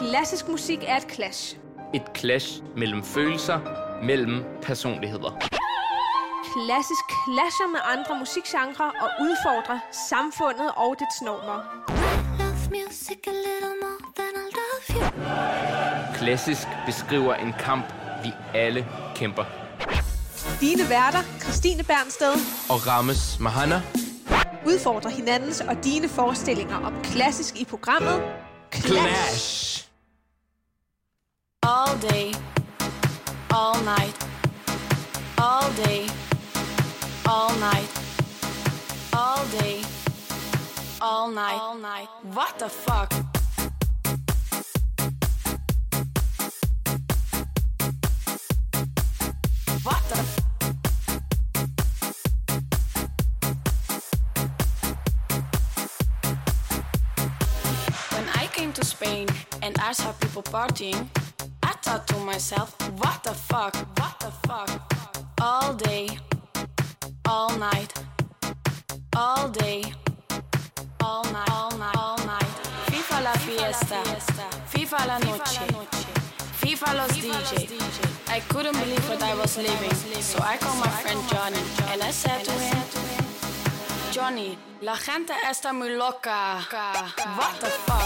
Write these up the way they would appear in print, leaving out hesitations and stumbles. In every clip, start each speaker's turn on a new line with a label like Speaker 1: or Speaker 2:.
Speaker 1: Klassisk musik er et clash.
Speaker 2: Et clash mellem følelser, mellem personligheder.
Speaker 1: Klassisk clasher med andre musikgenrer og udfordrer samfundet og dets normer.
Speaker 2: Klassisk beskriver en kamp, vi alle kæmper.
Speaker 1: Dine værter, Christine Bernsted
Speaker 2: og Rames Mahana,
Speaker 1: udfordrer hinandens og dine forestillinger om klassisk i programmet
Speaker 2: Clash.
Speaker 3: All day, all night, all day, all night, all day, all night, all night. What the fuck? What the When I came to Spain and I saw people partying, I thought to myself, what the fuck, what the fuck? All day, all night, all day, all night, all night, all night. FIFA la fiesta, FIFA la noche, FIFA los DJ. I couldn't believe what I was living, so I called my friend Johnny and I said to him, Johnny, la gente está muy loca. What the fuck?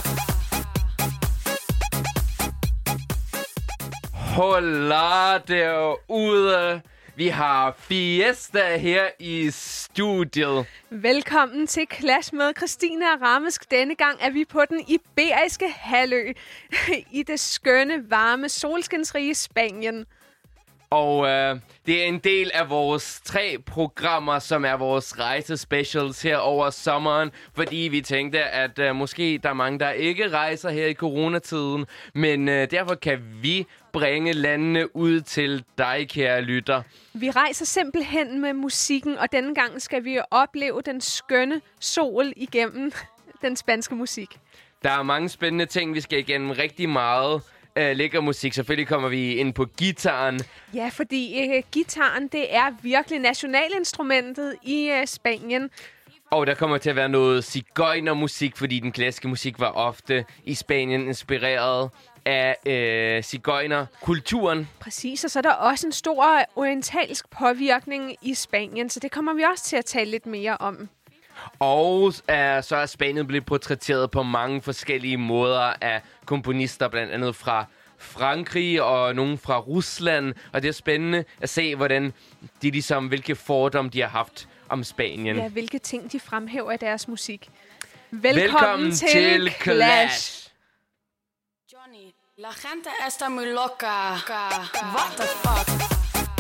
Speaker 2: Hola derude. Vi har fiesta her i studiet.
Speaker 1: Velkommen til Clash med Christine og Ramesk. Denne gang er vi på den iberiske halvø i det skønne, varme, solskinsrige Spanien.
Speaker 2: Og det er en del af vores 3 programmer, som er vores rejsespecials her over sommeren. Fordi vi tænkte, at måske der er mange, der ikke rejser her i coronatiden. Men derfor kan vi bringe landene ud til dig, kære lytter.
Speaker 1: Vi rejser simpelthen med musikken, og denne gang skal vi opleve den skønne sol igennem den spanske musik.
Speaker 2: Der er mange spændende ting, vi skal igennem rigtig meget. Lækker musik. Selvfølgelig kommer vi ind på gitaren.
Speaker 1: Ja, fordi gitaren, det er virkelig nationalinstrumentet i Spanien.
Speaker 2: Og der kommer til at være noget sigøjnermusik, fordi den klassiske musik var ofte i Spanien inspireret af sigøjnerkulturen.
Speaker 1: Præcis, og så er der også en stor orientalsk påvirkning i Spanien, så det kommer vi også til at tale lidt mere om.
Speaker 2: Og så er Spanien blevet portrætteret på mange forskellige måder af komponister, blandt andet fra Frankrig og nogen fra Rusland. Og det er spændende at se, hvordan de hvilke fordomme de har haft om Spanien.
Speaker 1: Ja, hvilke ting de fremhæver i deres musik.
Speaker 2: Velkommen til Clash!
Speaker 3: Johnny, la gente está muy loca. What the fuck?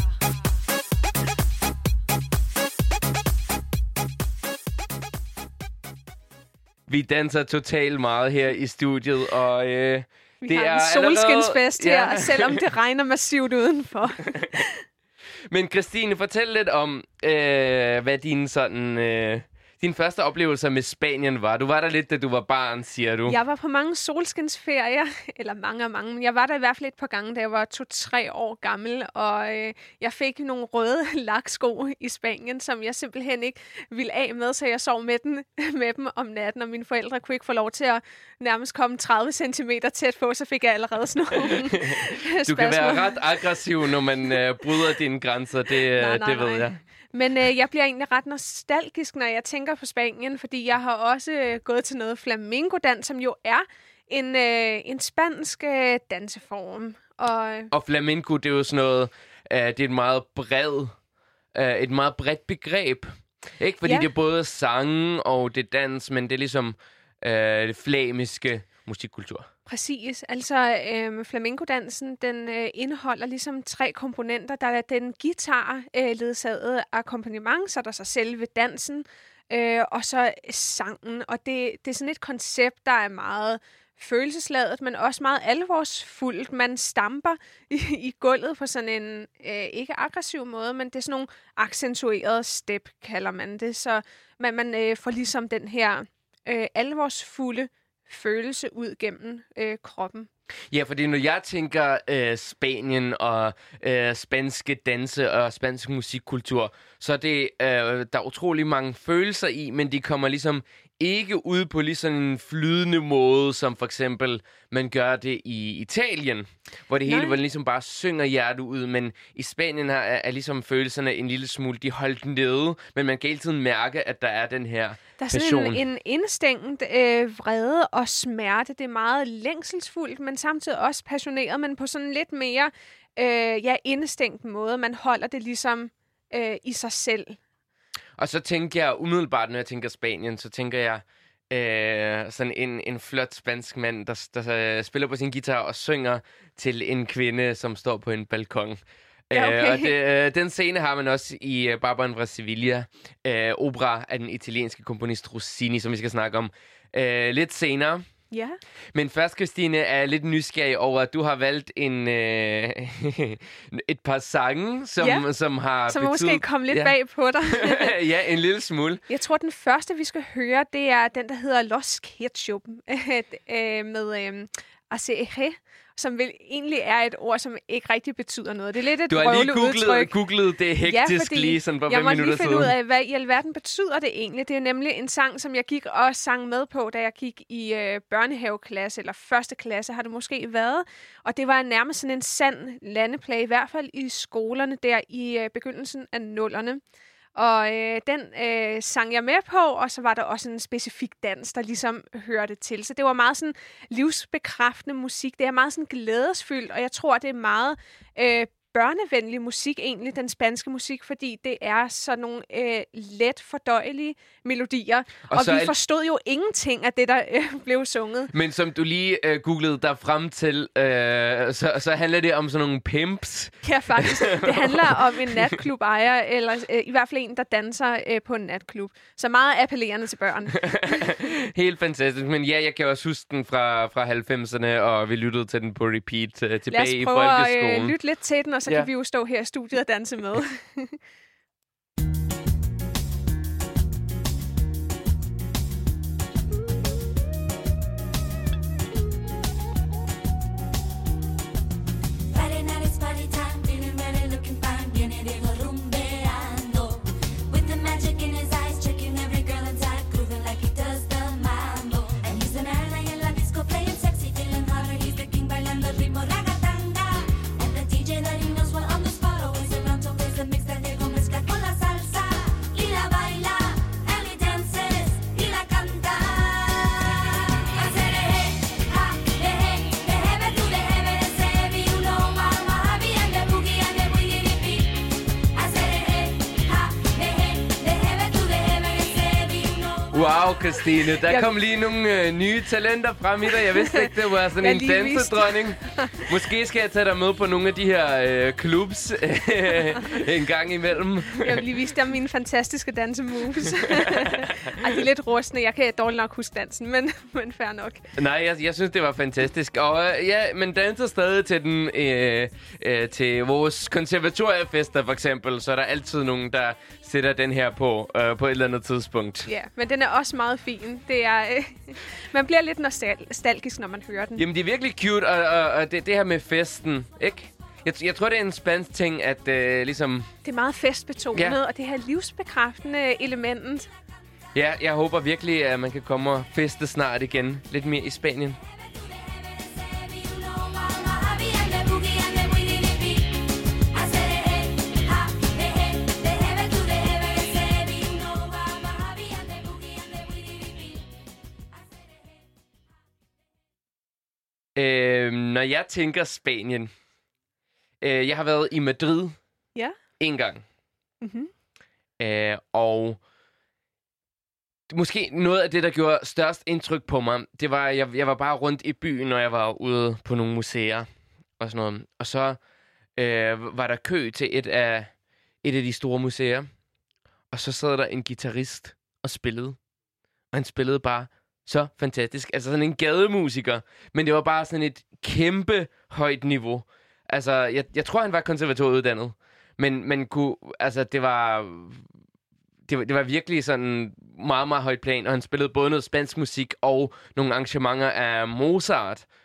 Speaker 2: Vi danser totalt meget her i studiet, og
Speaker 1: vi har en solskinsfest her, selvom det regner massivt udenfor.
Speaker 2: Men Christine, fortæl lidt om, hvad din første oplevelse med Spanien var. Du var der lidt, da du var barn, siger du.
Speaker 1: Jeg var på mange solskinsferier, eller mange, men jeg var der i hvert fald et par gange, da jeg var 2-3 år gammel, og jeg fik nogle røde laksko i Spanien, som jeg simpelthen ikke ville af med, så jeg sov med dem om natten, og mine forældre kunne ikke få lov til at nærmest komme 30 cm tæt på, så fik jeg allerede sådan nogle
Speaker 2: Du kan være ret aggressiv, når man bryder dine grænser, det ved jeg.
Speaker 1: Men jeg bliver egentlig ret nostalgisk, når jeg tænker på Spanien, fordi jeg har også gået til noget flamenco-dans, som jo er en spansk danseform.
Speaker 2: Og flamenco, det er jo sådan noget, det er et meget bredt begreb. Ikke? Fordi det er både sange og det dans, men det er ligesom det flamiske musikkultur.
Speaker 1: Præcis. Altså, flamenco-dansen, den indeholder ligesom 3 komponenter. Der er den guitar, ledsaget akkompagnement, så er der så selve dansen, og så sangen. Og det er sådan et koncept, der er meget følelsesladet, men også meget alvorsfuldt. Man stamper i gulvet på sådan en ikke aggressiv måde, men det er sådan nogle accentuerede step, kalder man det. Så man får ligesom den her alvorsfulde følelse ud gennem kroppen.
Speaker 2: Ja, fordi når jeg tænker Spanien og spanske danse og spansk musikkultur, så er det, der er utrolig mange følelser i, men de kommer ligesom ikke ud på lige sådan en flydende måde, som for eksempel man gør det i Italien, hvor det hele hvor ligesom bare synger hjertet ud, men i Spanien er ligesom følelserne en lille smule, de holdt nede, men man kan hele tiden mærke, at der er den her passion.
Speaker 1: Der er sådan en indstængt vrede og smerte. Det er meget længselsfuldt, men samtidig også passioneret, men på sådan lidt mere indstængt måde. Man holder det ligesom i sig selv.
Speaker 2: Og så tænker jeg umiddelbart, når jeg tænker Spanien, så tænker jeg sådan en flot spansk mand, der spiller på sin guitar og synger til en kvinde, som står på en balkon.
Speaker 1: Ja, okay.
Speaker 2: Og den scene har man også i Barbaren fra Sevilla, opera af den italienske komponist Rossini, som vi skal snakke om lidt senere.
Speaker 1: Ja.
Speaker 2: Men først, Christine, er jeg lidt nysgerrig over, at du har valgt et par sange, som har
Speaker 1: som
Speaker 2: betydet...
Speaker 1: måske kom lidt bag på dig.
Speaker 2: Ja, en lille smule.
Speaker 1: Jeg tror, den første, vi skal høre, det er den, der hedder Los Ketchup med ACG, som vel egentlig er et ord, som ikke rigtig betyder noget. Det er lidt et røvle udtryk.
Speaker 2: Du har lige googlet det hektisk lige sådan på 5 minutter siden.
Speaker 1: Jeg må lige finde ud af, hvad i alverden betyder det egentlig. Det er nemlig en sang, som jeg gik og sang med på, da jeg gik i børnehaveklasse, eller første klasse har det måske været. Og det var nærmest sådan en sand landeplage, i hvert fald i skolerne der i begyndelsen af 00'erne. Og den sang jeg med på, og så var der også en specifik dans, der ligesom hørte til. Så det var meget sådan livsbekræftende musik. Det er meget sådan glædesfyldt, og jeg tror, det er meget børnevenlig musik egentlig, den spanske musik, fordi det er sådan nogle let fordøjelige melodier. Og vi forstod jo ingenting af det, der blev sunget.
Speaker 2: Men som du lige googlede dig frem til, så handler det om sådan nogle pimps.
Speaker 1: Ja, faktisk. Det handler om en natklub-ejer, eller i hvert fald en, der danser på en natklub. Så meget appellerende til børn.
Speaker 2: Helt fantastisk. Men ja, jeg kan også huske den fra 90'erne, og vi lyttede til den på repeat tilbage i folkeskolen.
Speaker 1: Lad os prøve at lytte lidt til den, og så kan vi jo stå her i studiet og danse med.
Speaker 2: Wow, Christine. Der kom lige nogle nye talenter frem i dig. Jeg vidste ikke, det var sådan en dansedronning. Måske skal jeg tage dig med på nogle af de her clubs en gang imellem.
Speaker 1: Jeg vil lige vise dig mine fantastiske dansemoves. Ej, det er lidt rustne. Jeg kan dårligt nok huske dansen, men fair nok.
Speaker 2: Nej, jeg synes, det var fantastisk. Og men danser stadig til den til vores konservatoriefester, for eksempel. Så er der altid nogen, der sætter den her på et eller andet tidspunkt.
Speaker 1: Ja, men den er også meget fin. Det er, man bliver lidt nostalgisk, når man hører den.
Speaker 2: Jamen, det er virkelig cute, og det her med festen, ikke? Jeg tror, det er en spansk ting, at ligesom...
Speaker 1: Det er meget festbetonet, og det her livsbekræftende element.
Speaker 2: Ja, jeg håber virkelig, at man kan komme og feste snart igen. Lidt mere i Spanien. Når jeg tænker Spanien, jeg har været i Madrid en gang.
Speaker 1: Mm-hmm.
Speaker 2: Og måske noget af det, der gjorde størst indtryk på mig, det var, at jeg var bare rundt i byen, når jeg var ude på nogle museer og sådan noget. Og så var der kø til et af de store museer. Og så sad der en guitarist og spillede. Og han spillede bare så fantastisk. Altså sådan en gademusiker. Men det var bare sådan et kæmpe højt niveau. Altså, jeg tror, han var konservatoruddannet. Men kunne, altså, det var virkelig sådan meget, meget højt plan. Og han spillede både noget spansk musik og nogle arrangementer af Mozart.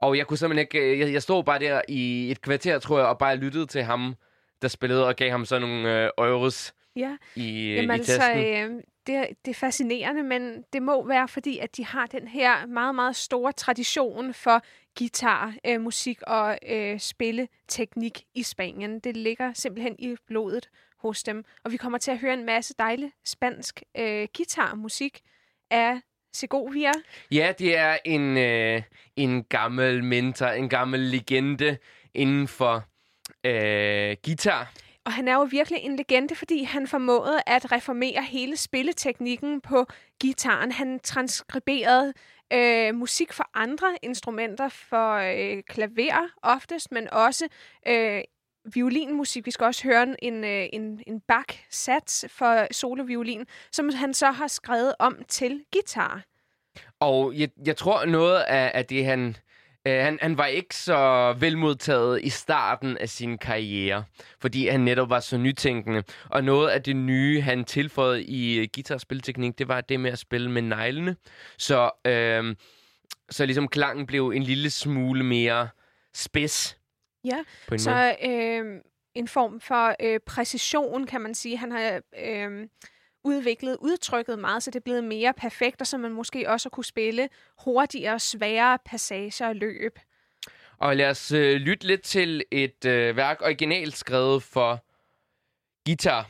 Speaker 2: Og jeg kunne simpelthen ikke... Jeg stod bare der i et kvarter, tror jeg, og bare lyttede til ham, der spillede, og gav ham sådan nogle euros i testen.
Speaker 1: Det er fascinerende, men det må være fordi, at de har den her meget, meget store tradition for guitar, musik og spilleteknik i Spanien. Det ligger simpelthen i blodet hos dem. Og vi kommer til at høre en masse dejlig spansk guitarmusik af Segovia.
Speaker 2: Ja, det er en gammel mentor, en gammel legende inden for guitar.
Speaker 1: Og han er jo virkelig en legende, fordi han formåede at reformere hele spilleteknikken på guitaren. Han transkriberede musik for andre instrumenter, for klaver oftest, men også violinmusik. Vi skal også høre en Bach-sats for soloviolin, som han så har skrevet om til guitar.
Speaker 2: Og jeg tror noget af det, han var ikke så velmodtaget i starten af sin karriere, fordi han netop var så nytænkende. Og noget af det nye, han tilføjede i guitarspilteknik, det var det med at spille med neglene. Så ligesom klangen blev en lille smule mere spids.
Speaker 1: Ja, så en form for præcision, kan man sige. Han har udviklet udtrykket meget, så det er blevet mere perfekt, og så man måske også kunne spille hurtigere, sværere passager og løb.
Speaker 2: Og lad os lytte lidt til et værk originalt skrevet for guitar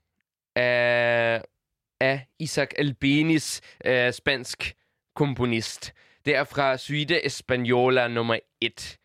Speaker 2: af Isaac Albéniz, spansk komponist. Det er fra Suite Española nummer 1.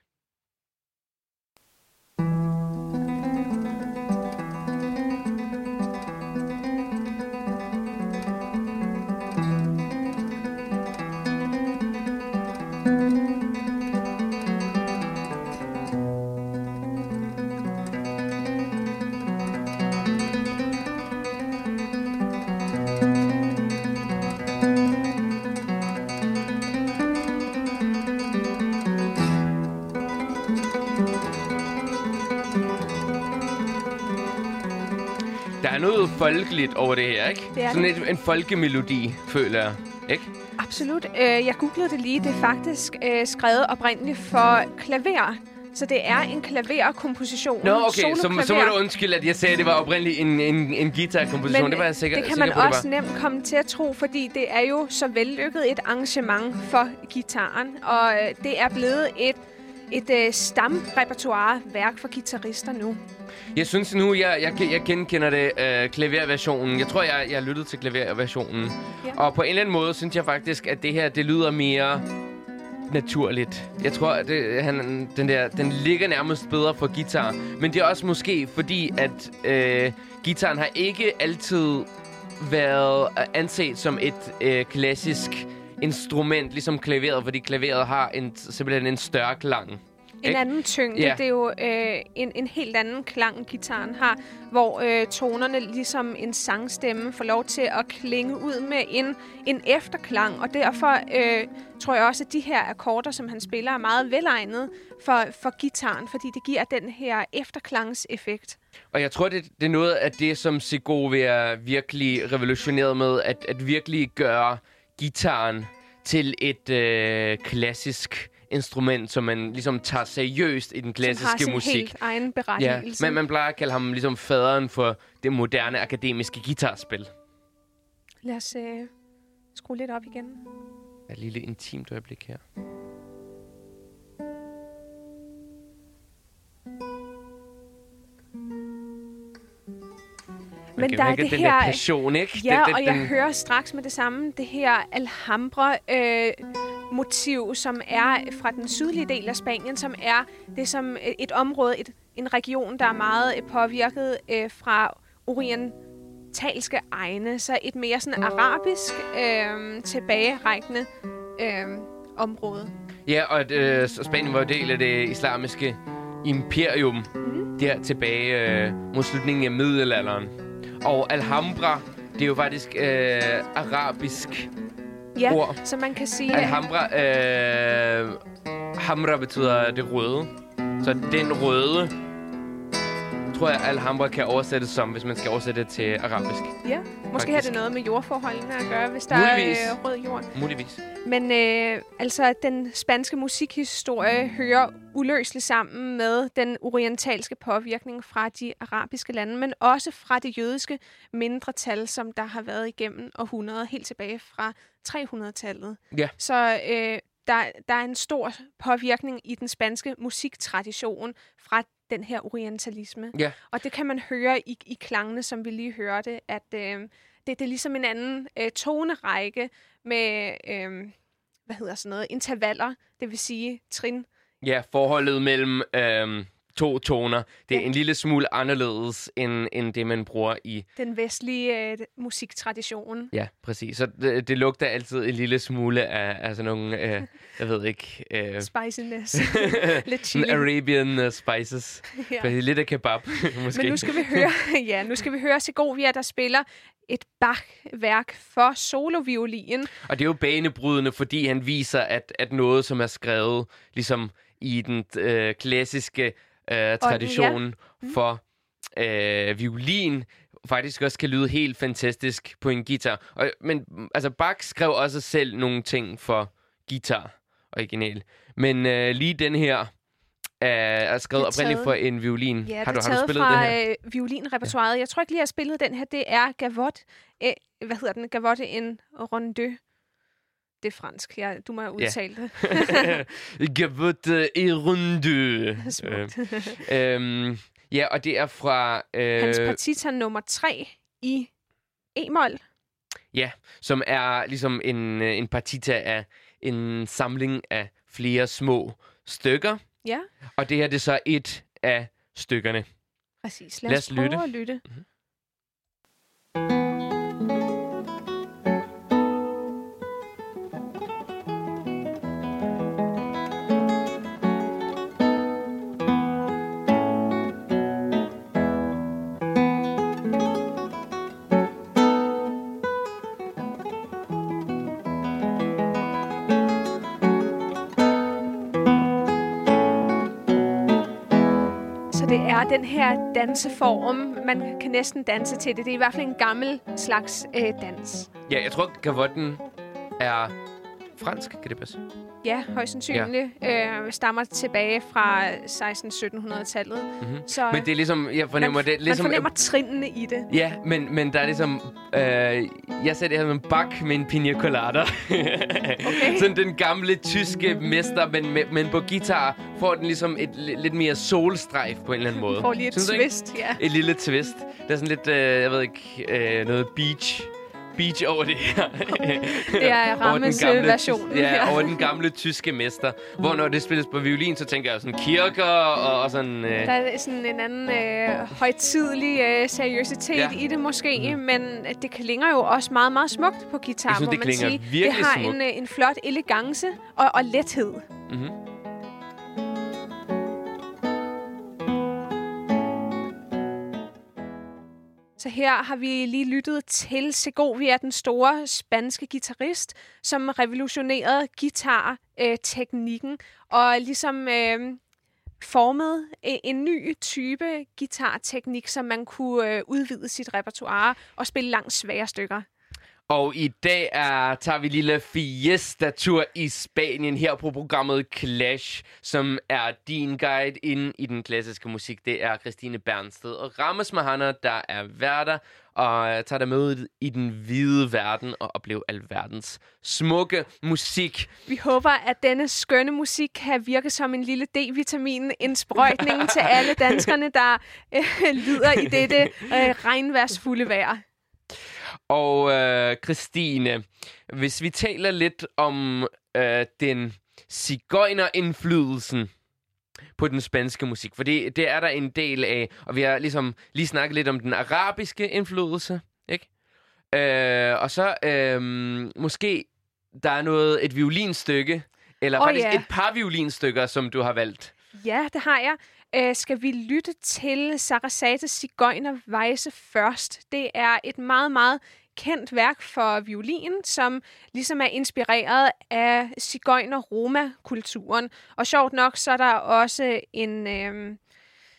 Speaker 2: Der er noget folkeligt over det her, ikke?
Speaker 1: Det er
Speaker 2: sådan en folkemelodi, føler jeg, ikke?
Speaker 1: Absolut. Jeg googlede det lige. Det er faktisk skrevet oprindeligt for klaver. Så det er en klaverkomposition.
Speaker 2: Nå, okay. Så må du undskylde, at jeg sagde, at det var oprindeligt en guitarkomposition.
Speaker 1: Men
Speaker 2: det var jeg sikker,
Speaker 1: det kan
Speaker 2: sikker
Speaker 1: man
Speaker 2: på,
Speaker 1: også nemt komme til at tro, fordi det er jo så vellykket et arrangement for guitaren. Og det er blevet et stamrepertoire-værk for guitarister nu.
Speaker 2: Jeg synes nu, jeg genkender det klaverversionen. Jeg tror, jeg lyttede til klaverversionen. Ja. Og på en eller anden måde synes jeg faktisk, at det her, det lyder mere naturligt. Jeg tror, at den ligger nærmest bedre for guitar. Men det er også måske fordi, at guitaren har ikke altid været anset som et klassisk instrument, ligesom klaveret, fordi klaveret har simpelthen en større klang.
Speaker 1: En anden tyngde. Yeah. Det er jo en helt anden klang, guitaren har, hvor tonerne ligesom en sangstemme får lov til at klinge ud med en efterklang. Og derfor tror jeg også, at de her akkorder, som han spiller, er meget velegnet for guitaren, fordi det giver den her efterklangseffekt. Og
Speaker 2: jeg tror, det er noget af det, som Segovia virkelig revolutionerede med, at virkelig gøre guitaren til et klassisk instrument, som man ligesom tager seriøst i den klassiske musik.
Speaker 1: Som har sin helt egen berettigelse.
Speaker 2: Ja, men man plejer at kalde ham ligesom faderen for det moderne akademiske guitarspil.
Speaker 1: Lad os skrue lidt op igen.
Speaker 2: Et lille intimt øjeblik her.
Speaker 1: Men der er det her
Speaker 2: der passion, ikke?
Speaker 1: Ja, og jeg hører straks med det samme det her Alhambra motiv, som er fra den sydlige del af Spanien, som er det som et område, en region, der er meget påvirket fra orientalske egne, så et mere sådan arabisk tilbagerækkende område.
Speaker 2: Ja, og Spanien var jo del af det islamiske imperium der tilbage mod slutningen af middelalderen. Og Alhambra, det er jo faktisk arabisk ord.
Speaker 1: Så man kan sige...
Speaker 2: Alhambra, Hamra betyder det røde. Så den røde, tror jeg, Alhambra kan oversættes som, hvis man skal oversætte det til arabisk.
Speaker 1: Ja, måske
Speaker 2: Faktisk.
Speaker 1: har det noget med jordforholdene at gøre, hvis der
Speaker 2: Muligvis.
Speaker 1: er rød jord.
Speaker 2: Muligvis.
Speaker 1: Men altså, den spanske musikhistorie hører uløseligt sammen med den orientalske påvirkning fra de arabiske lande, men også fra det jødiske mindretal, som der har været igennem århundreder, helt tilbage fra 300-tallet.
Speaker 2: Ja.
Speaker 1: Så der er en stor påvirkning i den spanske musiktradition fra den her orientalisme.
Speaker 2: Ja.
Speaker 1: Og det kan man høre i klangene, som vi lige hørte, at det er ligesom en anden tonerække med, intervaller, det vil sige trin.
Speaker 2: Ja, forholdet mellem to toner, det er en lille smule anderledes, end det, man bruger i...
Speaker 1: Den vestlige musiktradition.
Speaker 2: Ja, præcis. Så det lugter altid en lille smule af sådan nogle, jeg ved ikke...
Speaker 1: Spiciness. Lidt chili.
Speaker 2: Arabian spices.
Speaker 1: Ja.
Speaker 2: Præcis, lidt af kebab, måske.
Speaker 1: Men nu skal vi høre Segovia, der spiller et Bach-værk for soloviolin.
Speaker 2: Og det er jo banebrydende, fordi han viser, at noget, som er skrevet ligesom i den klassiske tradition for violin, faktisk også kan lyde helt fantastisk på en guitar. Men altså, Bach skrev også selv nogle ting for guitar original. Men lige den her er skrevet oprindeligt for en violin.
Speaker 1: Ja,
Speaker 2: har du
Speaker 1: taget
Speaker 2: spillet
Speaker 1: fra
Speaker 2: det her?
Speaker 1: violinrepertoiret. Ja. Jeg tror ikke lige, jeg har spillet den her. Det er Gavotte. Gavotte en ronde. Det er fransk. Ja, du må udtale det.
Speaker 2: Gavotte en ronde. Ja, og det er fra...
Speaker 1: Hans partita nummer 3 i e-mol.
Speaker 2: Ja, som er ligesom en partita af en samling af flere små stykker.
Speaker 1: Ja.
Speaker 2: Og det her det er så et af stykkerne.
Speaker 1: Præcis. Lad os prøve at lytte. Mm-hmm. Den her danseform, man kan næsten danse til det. Det er i hvert fald en gammel slags dans.
Speaker 2: Ja, jeg tror, gavotten er fransk, kan det passe?
Speaker 1: Ja, højst sandsynligt. Ja. Stammer tilbage fra 1600-1700-tallet.
Speaker 2: Mm-hmm. Så men det er ligesom, jeg fornemmer det. Ligesom,
Speaker 1: man fornemmer trinene i det.
Speaker 2: Ja, men der er ligesom, jeg ser det her som en bak med en pina colada. Okay. Sådan den gamle tyske mester, men på guitar får den ligesom et lidt mere solstrejf på en eller anden måde.
Speaker 1: Får lige et twist, ja.
Speaker 2: Et lille twist. Det er sådan lidt, jeg ved ikke, noget beach over det her.
Speaker 1: Okay. Det er Rammes version.
Speaker 2: Ja, over den gamle tyske mester. Hvor når det spilles på violin, så tænker jeg sådan kirker og sådan... Der
Speaker 1: er sådan en anden højtidelig seriøsitet i det måske, men det klinger jo også meget, meget smukt på guitar,
Speaker 2: synes,
Speaker 1: må man sige. Det har en flot elegance og lethed. Mm-hmm. Så her har vi lige lyttet til Segovia, den store spanske guitarist, som revolutionerede guitarteknikken og ligesom formede en ny type guitarteknik, som man kunne udvide sit repertoire og spille langt svære stykker.
Speaker 2: Og i dag tager vi lille fiesta-tur i Spanien her på programmet Clash, som er din guide ind i den klassiske musik. Det er Christine Bernsted og Rammes Mahaner, der er værter og tager dig med i den hvide verden og oplever alverdens smukke musik.
Speaker 1: Vi håber, at denne skønne musik kan virke som en lille D-vitamin-indsprøjtning til alle danskerne, der lider i dette regnværsfulde vejr.
Speaker 2: Og Christine, hvis vi taler lidt om den sigøjnerindflydelsen på den spanske musik, for det er der en del af, og vi har ligesom lige snakket lidt om den arabiske indflydelse, ikke? Og så måske der er et violinstykke, eller faktisk et par violinstykker, som du har valgt.
Speaker 1: Ja, det har jeg. Skal vi lytte til Sarasates Sigøjnerweise først? Det er et meget, meget kendt værk for violin, som ligesom er inspireret af sigøjner-Roma-kulturen. Og sjovt nok, så er der også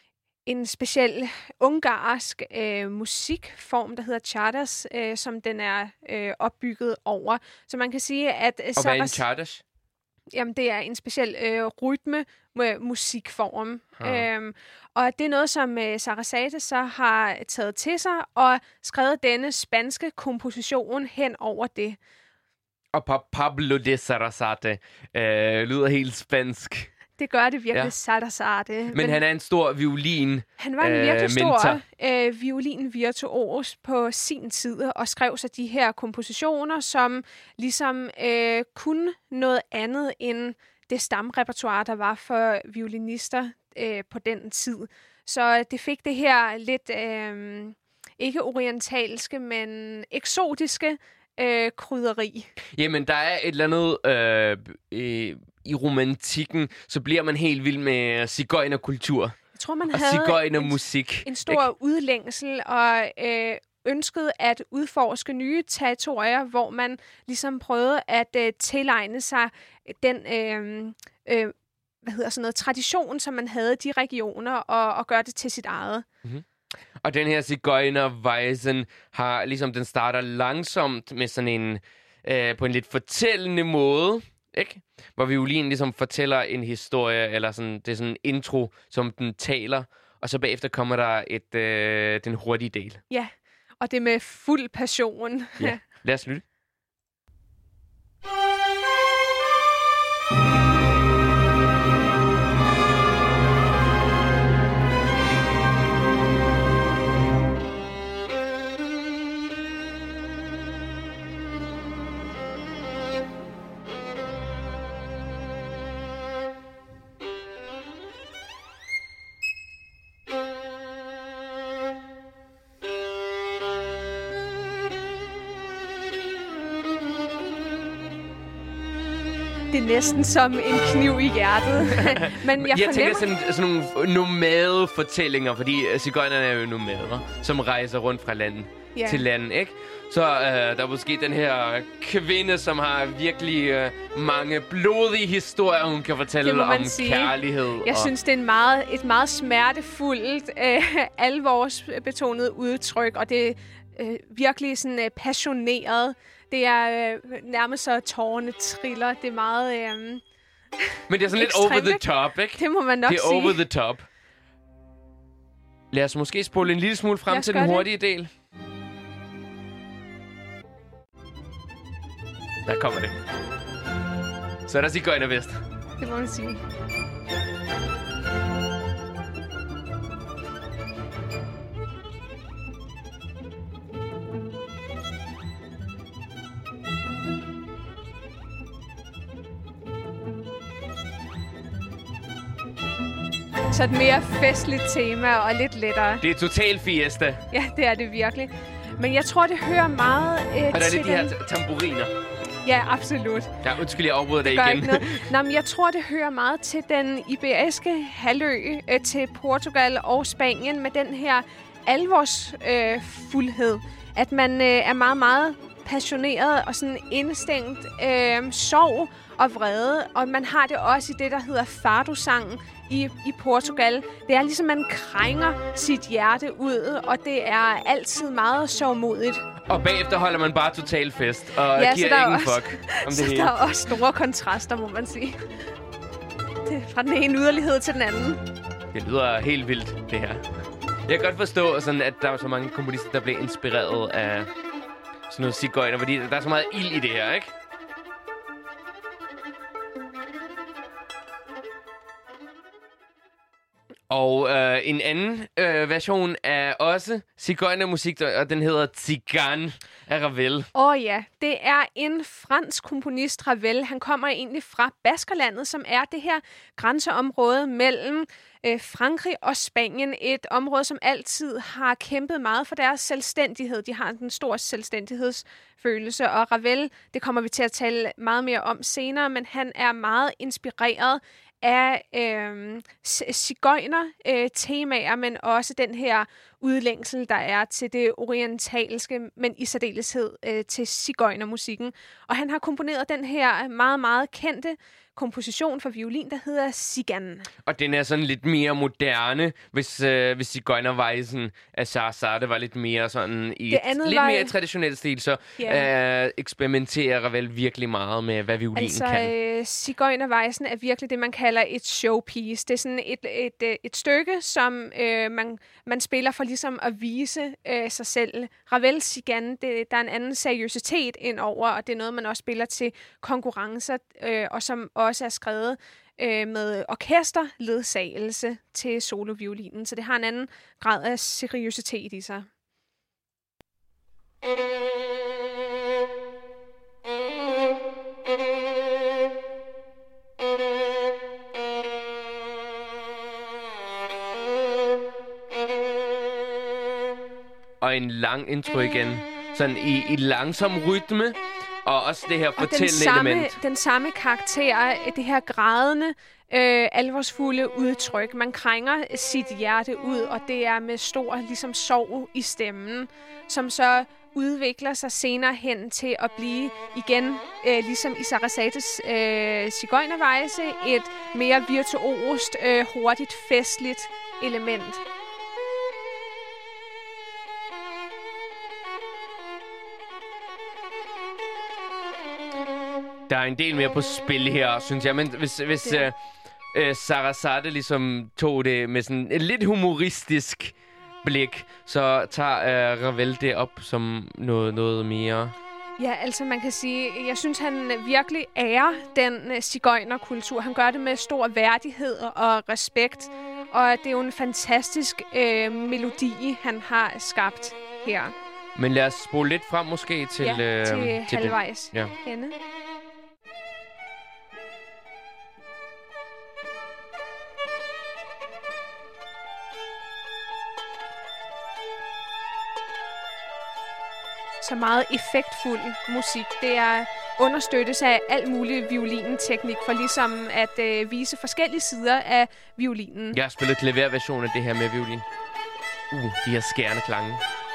Speaker 1: en speciel ungarsk musikform, der hedder chardas, som den er opbygget over. Så man kan sige, at...
Speaker 2: Og hvad er en chardas?
Speaker 1: Jamen, det er en speciel rytme-musikform. Og det er noget, som Sarasate så har taget til sig og skrevet denne spanske komposition hen over det.
Speaker 2: Og Pablo de Sarasate lyder helt spansk.
Speaker 1: Det gør det virkelig, Sarasate.
Speaker 2: Men han er en stor violin.
Speaker 1: Han var en virkelig stor violinvirtuos på sin tid, og skrev så de her kompositioner, som ligesom kunne noget andet end det stamrepertoire, der var for violinister på den tid. Så det fik det her lidt, ikke orientalske, men eksotiske krydderi. Jamen, der er et eller andet... I romantikken, så bliver man helt vild med sigøjnerkultur. Jeg tror, man havde sigøjnermusik. En stor udlængsel og ønskede at udforske nye territorier, hvor man ligesom prøvede at tilegne sig den tradition, som man havde i de regioner, og gøre det til sit eget. Mm-hmm.
Speaker 2: Og den her sigøjnerweisen har ligesom, den starter langsomt med sådan en på en lidt fortællende måde, ikke? Hvor violinen ligesom fortæller en historie, eller sådan, det er sådan en intro, som den taler, og så bagefter kommer der den hurtige del.
Speaker 1: Ja, og det er med fuld passion.
Speaker 2: Ja, lad os lytte.
Speaker 1: Det er næsten som en kniv i hjertet. Men jeg
Speaker 2: tænker sådan nogle nomadefortællinger, fordi sigøjnerne er jo nomader, som rejser rundt fra land til land, ikke? Så der er måske den her kvinde, som har virkelig mange blodige historier, hun kan fortælle om kærlighed.
Speaker 1: Jeg synes, det er et meget smertefuldt, alvorsbetonet udtryk, og det er virkelig sådan passioneret. Det er nærmest så tårerne triller. Det er meget
Speaker 2: men det er sådan lidt over the top, ikke?
Speaker 1: Det må man nok sige.
Speaker 2: Det er over the top. Lad os måske spole en lille smule frem til den hurtige del. Der kommer det. Så er der sigøjnervest.
Speaker 1: Det må man sige. Så et mere festligt tema og lidt lettere.
Speaker 2: Det er total fiesta.
Speaker 1: Ja, det er det virkelig. Men jeg tror, det hører meget
Speaker 2: og der er lidt de her tamburiner.
Speaker 1: Ja, absolut.
Speaker 2: Ja, undskyld, jeg afbryder dig igen.
Speaker 1: Nå, men jeg tror, det hører meget til den iberiske halvø, til Portugal og Spanien, med den her alvorsfuldhed. At man er meget, meget passioneret og sådan indstængt sorg og vrede. Og man har det også i det, der hedder fado-sangen i Portugal. Det er ligesom, man krænger sit hjerte ud, og det er altid meget sørgmodigt.
Speaker 2: Og bagefter holder man bare total fest, og giver ingen fuck om det hele.
Speaker 1: Der er også store kontraster, må man sige. Det er fra den ene yderlighed til den anden.
Speaker 2: Det lyder helt vildt, det her. Jeg kan godt forstå, sådan, at der er så mange komponister, der bliver inspireret af sådan noget sigøjner, fordi der er så meget ild i det her, ikke? Og en anden version er også sigøjnermusik, og den hedder Tzigane af Ravel.
Speaker 1: Ja, det er en fransk komponist, Ravel. Han kommer egentlig fra Baskerlandet, som er det her grænseområde mellem Frankrig og Spanien. Et område, som altid har kæmpet meget for deres selvstændighed. De har en stor selvstændighedsfølelse, og Ravel, det kommer vi til at tale meget mere om senere, men han er meget inspireret af sigøjner-temaer, men også den her udlængsel, der er til det orientalske, men i særdeleshed til sigøjnermusikken. Og han har komponeret den her meget, meget kendte komposition for violin, der hedder Sigan.
Speaker 2: Og den er sådan lidt mere moderne, hvis Sigøjnerweisen af Sarasate var lidt mere sådan i lidt mere traditionelt stil, så eksperimenterer Ravel virkelig meget med, hvad violinen kan.
Speaker 1: Sigøjnerweisen er virkelig det, man kalder et showpiece. Det er sådan et stykke, som man spiller for ligesom at vise sig selv. Ravels Sigan, der er en anden seriøsitet indover, og det er noget, man også spiller til konkurrencer, og som også er skrevet med orkesterledsagelse til soloviolinen. Så det har en anden grad af seriøsitet i sig.
Speaker 2: Og en lang intro igen. Sådan i langsom rytme. Og også det her fortællende element.
Speaker 1: Den samme karakter, det her grædende, alvorsfulde udtryk. Man krænger sit hjerte ud, og det er med stor ligesom sorg i stemmen, som så udvikler sig senere hen til at blive igen, ligesom i Sarasates sigøjnerweise, et mere virtuost, hurtigt, festligt element.
Speaker 2: Der er en del mere på spil her, synes jeg. Men hvis Sarasate ligesom tog det med sådan et lidt humoristisk blik, så tager Ravel det op som noget mere.
Speaker 1: Ja, altså man kan sige, jeg synes, han virkelig ærer den sigøjnerkultur. Han gør det med stor værdighed og respekt. Og det er jo en fantastisk melodi, han har skabt her.
Speaker 2: Men lad os spole lidt frem måske til
Speaker 1: halvvejs.
Speaker 2: Ja.
Speaker 1: Henne. Så meget effektfuld musik. Det er understøttes af al mulig violinteknik for ligesom at vise forskellige sider af violinen.
Speaker 2: Jeg har spillet klaverversion af det her med violin. De her skærende klange.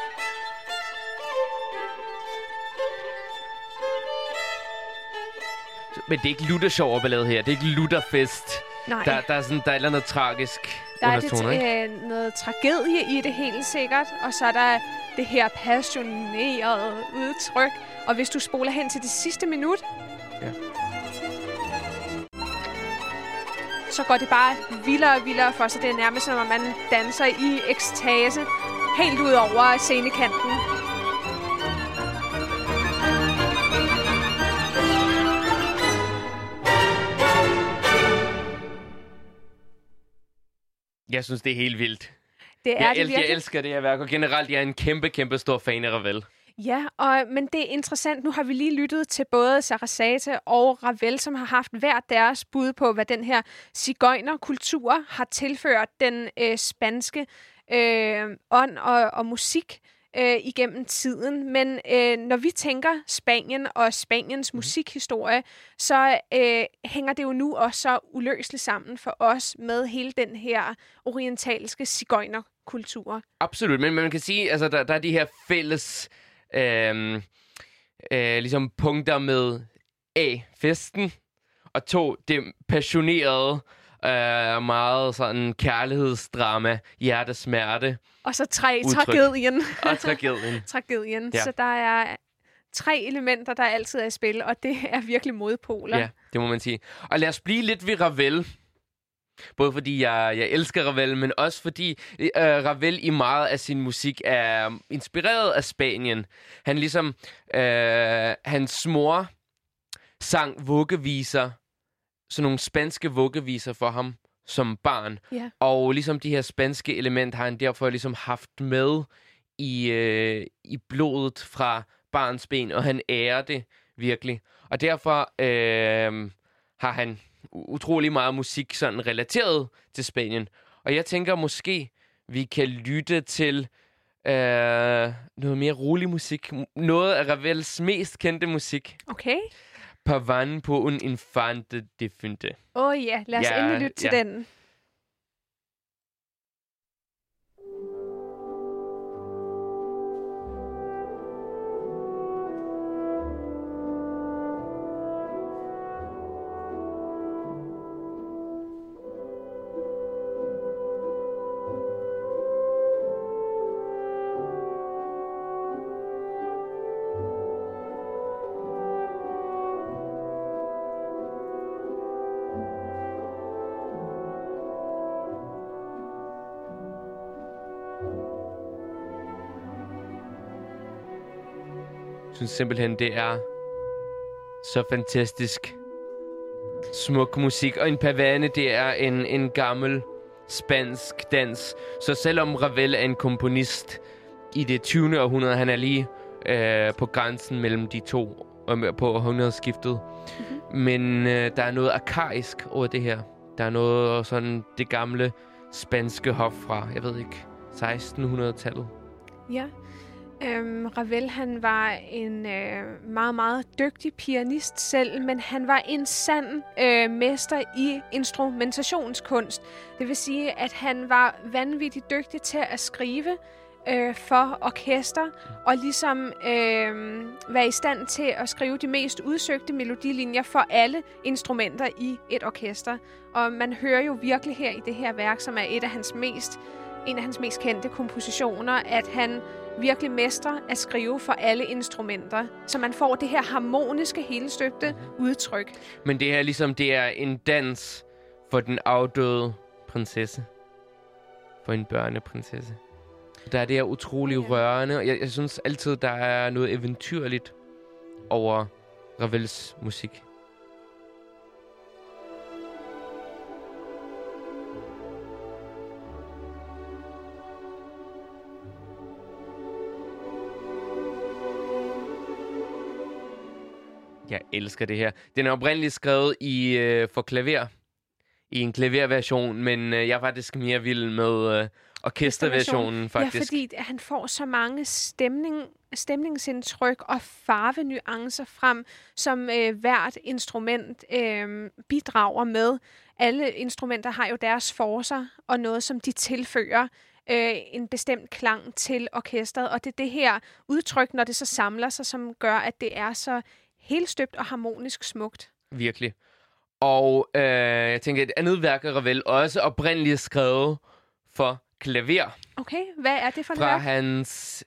Speaker 2: Men det er ikke Luther-sjov-ballade her. Det er ikke Luther-fest.
Speaker 1: Nej.
Speaker 2: Der er et eller andet tragisk undertoner,
Speaker 1: ikke? Der er noget tragedie i det helt sikkert. Og så er der det her passionerede udtryk. Og hvis du spoler hen til det sidste minut, så går det bare vildere og vildere for sig. Det er nærmest som om man danser i ekstase helt ud over scenekanten.
Speaker 2: Jeg synes, det er helt vildt.
Speaker 1: Jeg
Speaker 2: elsker det her værk, og generelt jeg er en kæmpe stor fan af Ravel.
Speaker 1: Ja, men det er interessant. Nu har vi lige lyttet til både Sarasate og Ravel, som har haft hver deres bud på, hvad den her sigøjnerkultur har tilført den spanske ånd og musik igennem tiden. Men når vi tænker Spanien og Spaniens musikhistorie, så hænger det jo nu også så uløseligt sammen for os med hele den her orientalske sigøjnerkultur.
Speaker 2: Absolut, men man kan sige, altså der er de her fælles ligesom punkter med A, festen, og 2, det passionerede, meget sådan kærlighedsdrama, hjertesmerte.
Speaker 1: Og så 3, tragedien.
Speaker 2: Og tragedien.
Speaker 1: Tragedien. Ja. Så der er 3 elementer, der altid er i spil, og det er virkelig modpoler.
Speaker 2: Ja, det må man sige. Og lad os blive lidt ved Ravel. Både fordi jeg elsker Ravel, men også fordi Ravel i meget af sin musik er inspireret af Spanien. Han ligesom, hans mor sang vuggeviser, sådan nogle spanske vuggeviser for ham som barn.
Speaker 1: Yeah.
Speaker 2: Og ligesom de her spanske elementer har han derfor ligesom haft med i blodet fra barns ben, og han ærer det virkelig. Og derfor har han utrolig meget musik sådan relateret til Spanien. Og jeg tænker måske, vi kan lytte til noget mere rolig musik. Noget af Ravels mest kendte musik.
Speaker 1: Okay.
Speaker 2: Pavane på un infante defunte.
Speaker 1: Ja, lad os endelig lytte til den.
Speaker 2: synes simpelthen, det er så fantastisk smuk musik. Og en pavane, det er en gammel spansk dans. Så selvom Ravel er en komponist i det 20. århundrede, han er lige på grænsen mellem de to, på århundredeskiftet. Mm-hmm. Men der er noget arkaisk over det her. Der er noget sådan det gamle spanske hof fra, jeg ved ikke, 1600-tallet.
Speaker 1: Ja. Ravel, han var en meget, meget dygtig pianist selv, men han var en sand mester i instrumentationskunst. Det vil sige, at han var vanvittigt dygtig til at skrive for orkester, og ligesom være i stand til at skrive de mest udsøgte melodilinjer for alle instrumenter i et orkester. Og man hører jo virkelig her i det her værk, som er en af hans mest kendte kompositioner, at han virkelig mestrer at skrive for alle instrumenter, så man får det her harmoniske, helstøbte udtryk. Men det her ligesom, det er en dans for den afdøde prinsesse. For en børneprinsesse. Der er det her utrolig rørende, og jeg synes altid, der er noget eventyrligt over Ravels musik. Jeg elsker det her. Den er oprindeligt skrevet for klaver. I en klaverversion, men jeg er faktisk mere vild med orkesterversionen, faktisk. Ja, fordi han får så mange stemningsindtryk og farvenuancer frem, som hvert instrument bidrager med. Alle instrumenter har jo deres forcer og noget, som de tilfører en bestemt klang til orkestret. Og det er det her udtryk, når det så samler sig, som gør, at det er så helt støbt og harmonisk smukt. Virkelig. Og jeg tænker, et andet værk af Ravel også oprindeligt skrevet for klaver. Okay, hvad er det for et værk? Fra hans...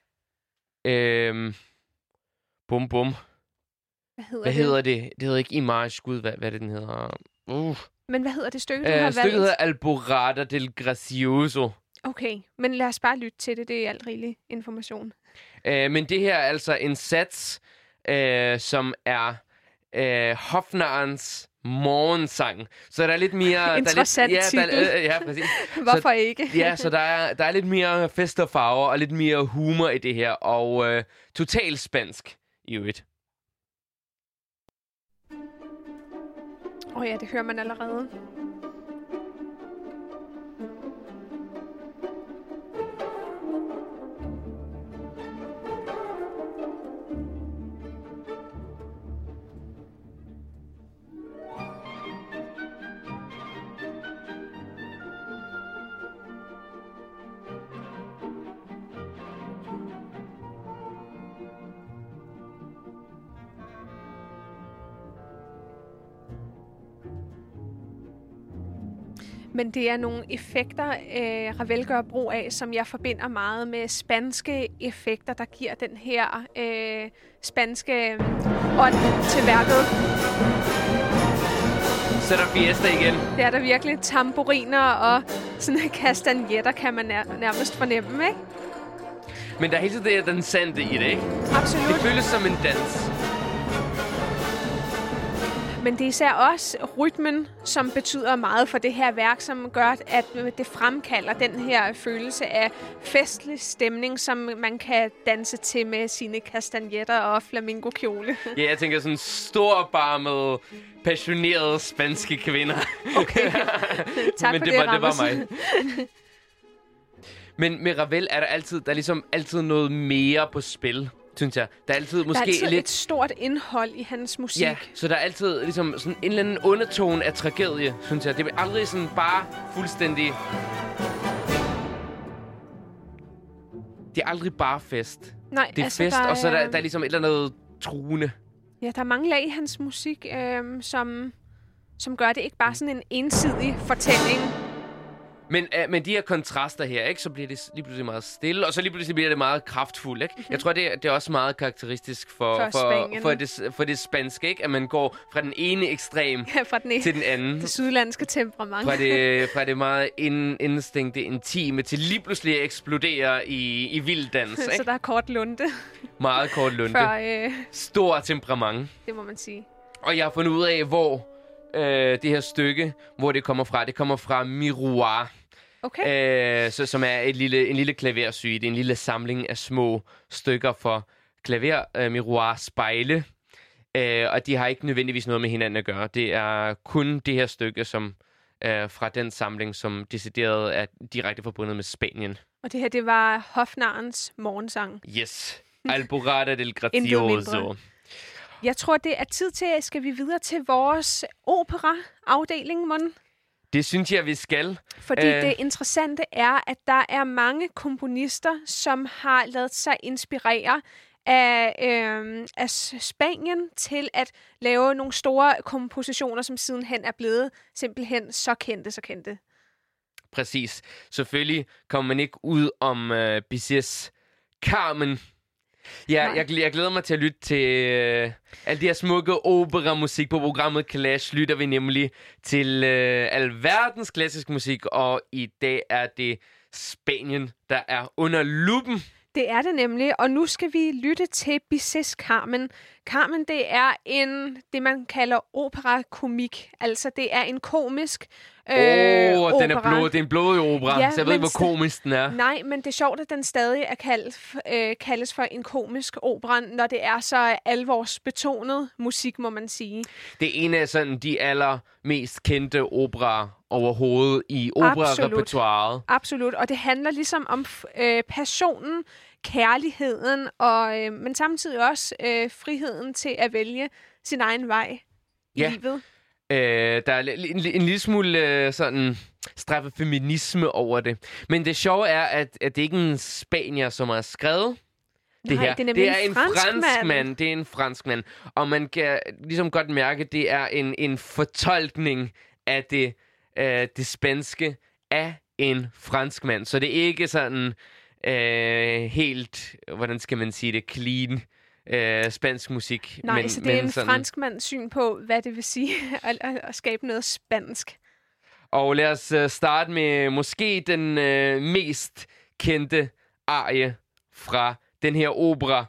Speaker 1: Hvad hedder det? Det hedder ikke Image, gud, hvad er det, den hedder? Men hvad hedder det stykke, du har valgt? Stykket hedder Alborada del Gracioso. Okay, men lad os bare lytte til det. Det er alt rigelig information. Men det her er altså en sats, som er hofnarens morgensang. Så der er lidt mere... Interessant titel. Ja, præcis. Hvorfor ikke? Ja, så der er lidt mere fest og farver og lidt mere humor i det her. Og totalt spansk i øvrigt. Ja, det hører man allerede. Men det er nogle effekter, Ravel gør brug af, som jeg forbinder meget med spanske effekter, der giver den her spanske ånd til værket. Så er der fiesta igen. Det er der virkelig. Tamburiner og sådan kastanjetter kan man nærmest fornemme, ikke? Men der er hele tiden det dansante i det, ikke? Absolut. Det føles som en dans. Men det er især også rytmen, som betyder meget for det her værk, som gør, at det fremkalder den her følelse af festlig stemning, som man kan danse til med sine kastanjetter og flamingokjole. Ja, jeg tænker sådan en stor bar med passionerede spanske kvinder. Okay, tak for det, det var mig. Men med Ravel er der er ligesom altid noget mere på spil, synes jeg. Der er altid lidt et stort indhold i hans musik. Ja, så der er altid ligesom sådan en eller anden undertone af tragedie, synes jeg. Det er aldrig sådan bare fuldstændig... Det er aldrig bare fest. Nej, det er altså fest, og så der er ligesom et eller andet truende. Ja, der er mange lag i hans musik, som gør det ikke bare sådan en ensidig fortælling.
Speaker 2: Men de her kontraster her, ikke, så bliver det lige pludselig meget stille, og så lige pludselig bliver det meget kraftfuldt, ikke? Jeg tror, det er også meget karakteristisk for det spanske, ikke? At man går fra den ene ekstrem til den anden.
Speaker 1: Det sydlandske temperament.
Speaker 2: Fra det meget indstinkte, intime, til lige pludselig at eksplodere i vild dans, ikke?
Speaker 1: Så der er kort lunte.
Speaker 2: Meget kort lunte. Stor temperament.
Speaker 1: Det må man sige.
Speaker 2: Og jeg har fundet ud af, hvor det her stykke, hvor det kommer fra. Det kommer fra Miroir.
Speaker 1: Okay.
Speaker 2: Som er en lille klaversuite, en lille samling af små stykker for klaver, Miroir spejle. Og de har ikke nødvendigvis noget med hinanden at gøre. Det er kun det her stykke, som fra den samling, som decideret er direkte forbundet med Spanien.
Speaker 1: Og det her, det var hofnarens morgensang.
Speaker 2: Yes. Alborada del Grazioso.
Speaker 1: Jeg tror, det er tid til, at skal vi videre til vores opera-afdeling, Mon?
Speaker 2: Det synes jeg, vi skal.
Speaker 1: Fordi det interessante er, at der er mange komponister, som har ladet sig inspirere af Spanien til at lave nogle store kompositioner, som sidenhen er blevet simpelthen så kendte.
Speaker 2: Præcis. Selvfølgelig kommer man ikke ud om Bizets Carmen. Ja, jeg glæder mig til at lytte til alle de her smukke operamusik. På programmet Clash lytter vi nemlig til alverdens klassisk musik, og i dag er det Spanien, der er under luppen.
Speaker 1: Det er det nemlig, og nu skal vi lytte til Bizets Carmen. Carmen, det er det man kalder opera-komik. Altså, det er en komisk
Speaker 2: den er blå. Det er en blodig opera,
Speaker 1: ja,
Speaker 2: så jeg ved ikke, hvor komisk den er.
Speaker 1: Nej, men det er sjovt, at den stadig er kaldes for en komisk opera, når det er så alvorsbetonet musik, må man sige.
Speaker 2: Det er en af sådan de allermest kendte operaer overhovedet i opera-repertoiret.
Speaker 1: Absolut, og det handler ligesom om passionen, kærligheden, men samtidig også friheden til at vælge sin egen vej i livet.
Speaker 2: Der er en lille smule sådan straffet feminisme over det. Men det sjove er, at det ikke er en spanier, som har skrevet det her.
Speaker 1: Det er en franskmand.
Speaker 2: Det er en franskmand. Og man kan ligesom godt mærke, at det er en fortolkning af det spanske af en franskmand. Så det er ikke sådan helt, hvordan skal man sige det, clean spansk musik.
Speaker 1: Nej, så det er en franskmands syn på, hvad det vil sige at skabe noget spansk.
Speaker 2: Og lad os starte med måske den mest kendte arie fra den her opera.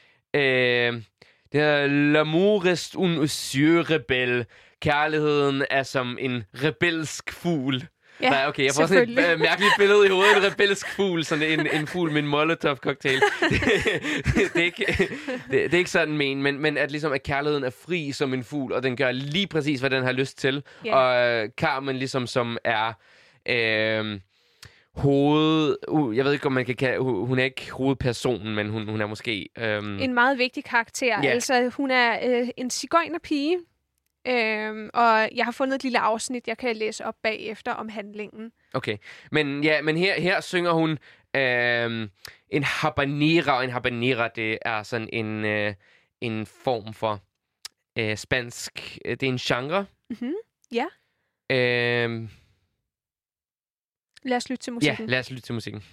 Speaker 2: Det er L'amour est un oiseau rebelle. Kærligheden er som en rebelsk fugl.
Speaker 1: Ja,
Speaker 2: nej, okay, jeg får sådan et mærkeligt billede i hovedet. En rebelsk fugl, sådan en fugl med en Molotov-cocktail. Det er ikke sådan men at ligesom at kærligheden er fri som en fugl, og den gør lige præcis, hvad den har lyst til. Yeah. Og Carmen ligesom som er jeg ved ikke, om man kan kalde... Hun er ikke hovedpersonen, men hun er måske...
Speaker 1: en meget vigtig karakter. Yeah. Altså, hun er en sigøjnerpige. Og jeg har fundet et lille afsnit, jeg kan læse op bagefter om handlingen.
Speaker 2: Okay, men her synger hun en habanera, og en habanera, det er sådan en form for spansk... Det er en genre.
Speaker 1: Mm-hmm. Ja. Lad os lytte til musikken.
Speaker 2: Ja, lad os lytte til musikken.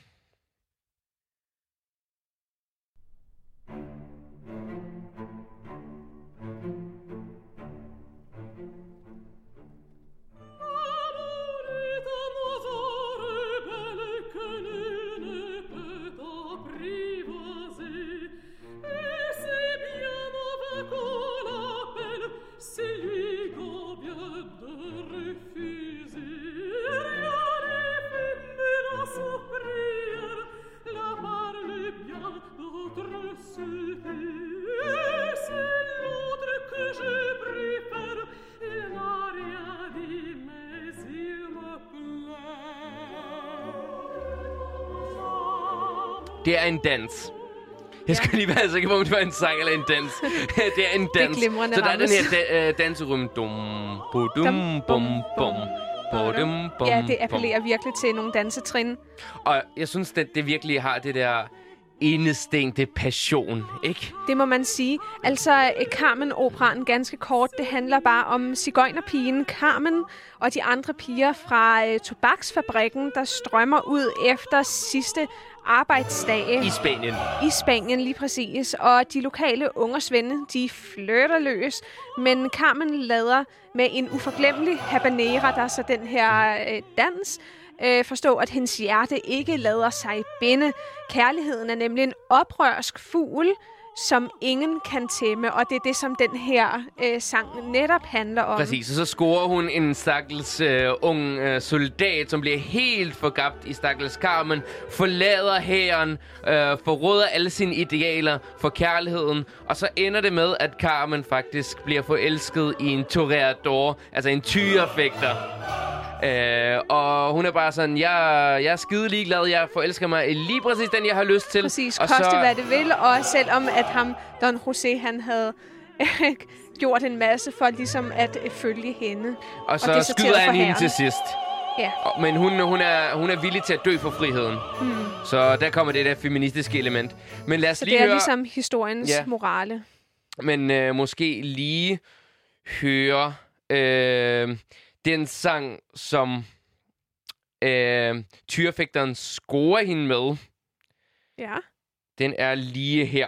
Speaker 2: Det er en dans. Jeg skal lige være sikker på, om det var en sang eller en dans. Det er en dans.
Speaker 1: Det
Speaker 2: så der er den her danserum. Dum, bum, bum, bum.
Speaker 1: Ja, det appellerer virkelig til nogle dansetrin.
Speaker 2: Og jeg synes, det virkelig har det der indestængte passion, ikke?
Speaker 1: Det må man sige. Altså, Carmen-operaen, ganske kort, det handler bare om sigøjnerpigen Carmen og de andre piger fra tobaksfabrikken, der strømmer ud efter sidste arbejdsdage.
Speaker 2: I Spanien.
Speaker 1: I Spanien, lige præcis. Og de lokale ungersvende, de flirter løs. Men Carmen lader med en uforglemmelig habanera, der er så den her dans, forstå, at hendes hjerte ikke lader sig binde. Kærligheden er nemlig en oprørsk fugl, som ingen kan tæmme, og det er det, som den her sang netop handler om.
Speaker 2: Præcis, og så scorer hun en stakkels ung soldat, som bliver helt forgabt i stakkels Carmen, forlader hæren, forråder alle sine idealer for kærligheden, og så ender det med, at Carmen faktisk bliver forelsket i en toreador, altså en tyrefægter. Og hun er bare sådan, jeg er skide ligeglad, jeg forelsker mig lige præcis den, jeg har lyst til.
Speaker 1: Præcis, koste hvad det vil, og selvom at ham, Don José, han havde gjort en masse for ligesom at følge hende.
Speaker 2: Og så skyder han hende til sidst.
Speaker 1: Ja.
Speaker 2: Men hun er villig til at dø for friheden. Så der kommer det der feministiske element. Men lad os
Speaker 1: så
Speaker 2: lige
Speaker 1: det er
Speaker 2: høre,
Speaker 1: ligesom historiens morale.
Speaker 2: Men måske lige høre den sang, som tyrefægteren scorer hende med.
Speaker 1: Ja.
Speaker 2: Den er lige her.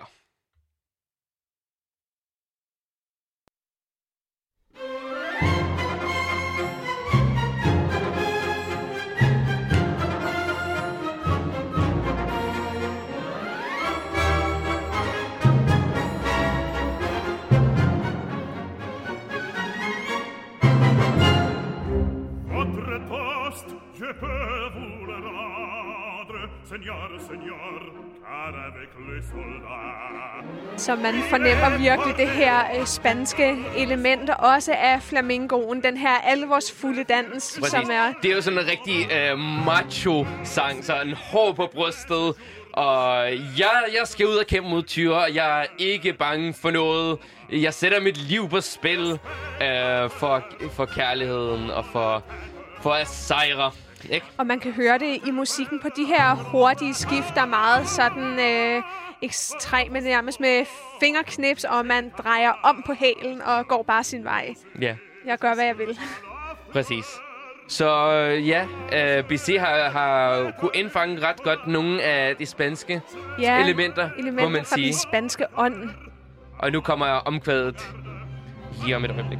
Speaker 4: Je peux vous le rendre, seigneur, seigneur, car avec les soldats.
Speaker 1: Så man fornemmer virkelig det her spanske element, også af flamencoen, den her alvorsfulde dans,
Speaker 2: Præcis.
Speaker 1: som er...
Speaker 2: Det er jo sådan en rigtig macho-sang, så en hår på brystet. Og jeg skal ud og kæmpe mod tyre, og jeg er ikke bange for noget. Jeg sætter mit liv på spil for kærligheden og for at sejre. Ikke?
Speaker 1: Og man kan høre det i musikken på de her hurtige skift, der er meget sådan ekstreme, nærmest med fingerknips, og man drejer om på hælen og går bare sin vej.
Speaker 2: Ja.
Speaker 1: Jeg gør, hvad jeg vil.
Speaker 2: Præcis. Så BC har kunne indfange ret godt nogle af de spanske elementer, må man
Speaker 1: fra
Speaker 2: sige.
Speaker 1: den spanske ånd.
Speaker 2: Og nu kommer omkvædet lige om et øjeblik.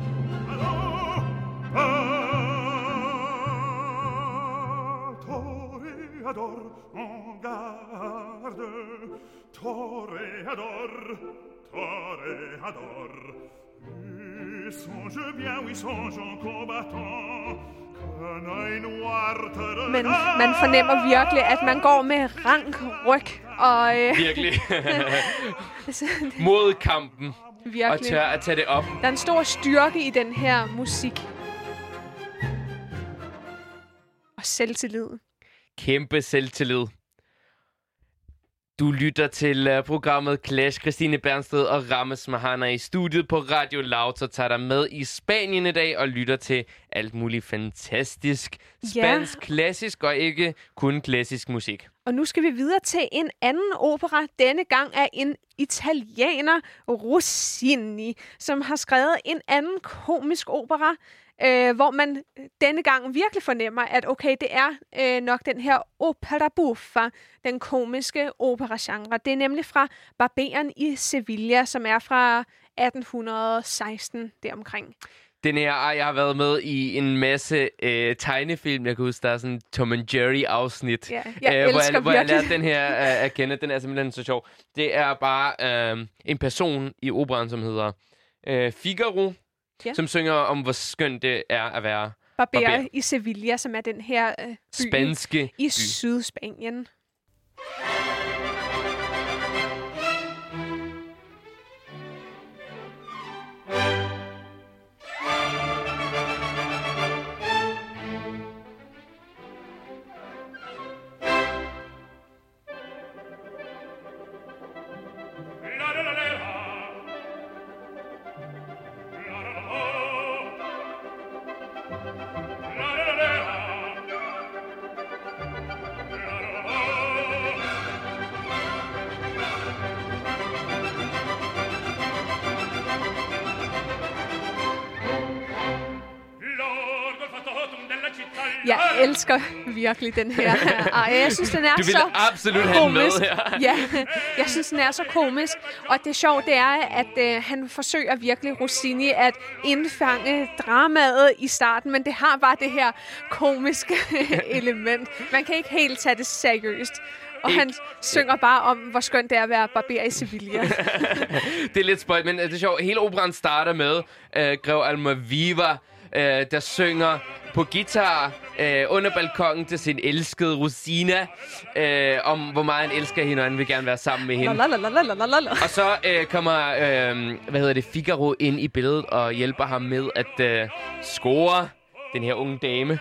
Speaker 4: Toreador, en garde, toreador, toreador. Et songe bien, oui, songe en combattant,
Speaker 1: men man fornemmer virkelig, at man går med rank ryg. Og,
Speaker 2: virkelig. Mod kampen.
Speaker 1: Virkelig.
Speaker 2: Og tør at tage det op.
Speaker 1: Der er en stor styrke i den her musik. Og selvtillid.
Speaker 2: Kæmpe selvtillid. Du lytter til programmet Clash. Christine Bernsted og Rames Mahana i studiet på Radio Loud, så tager dig med i Spanien i dag og lytter til alt muligt fantastisk spansk, klassisk og ikke kun klassisk musik.
Speaker 1: Og nu skal vi videre til en anden opera, denne gang af en italiener, Rossini, som har skrevet en anden komisk opera, hvor man denne gang virkelig fornemmer, at okay, det er nok den her opera buffa, den komiske operagenre. Det er nemlig fra Barberen i Sevilla, som er fra 1816 deromkring.
Speaker 2: Den her, jeg har været med i en masse tegnefilm. Jeg kan huske, der er sådan en Tom and Jerry-afsnit, hvor jeg lærte den her at kende. Den er simpelthen så sjov. Det er bare en person i operaen, som hedder Figaro, som synger om, hvor skønt det er at være
Speaker 1: barber i Sevilla, som er den her
Speaker 2: spanske
Speaker 1: i Sydspanien. Jeg elsker virkelig den her arie. Jeg synes, den er
Speaker 2: Du
Speaker 1: så
Speaker 2: ville absolut have den med
Speaker 1: komisk.
Speaker 2: her.
Speaker 1: Ja, jeg synes, den er så komisk. Og det sjove, det er, at han forsøger virkelig, Rossini, at indfange dramaet i starten, men det har bare det her komiske element. Man kan ikke helt tage det seriøst. Og han synger bare om, hvor skønt det er at være barber i Sevilla.
Speaker 2: Det er lidt spøjt, men det er sjovt. Hele operan starter med Grev Almaviva, der synger på guitar under balkongen til sin elskede Rosina, om hvor meget han elsker hende, og han vil gerne være sammen med hende. Og så kommer Figaro ind i billedet og hjælper ham med at score den her unge dame.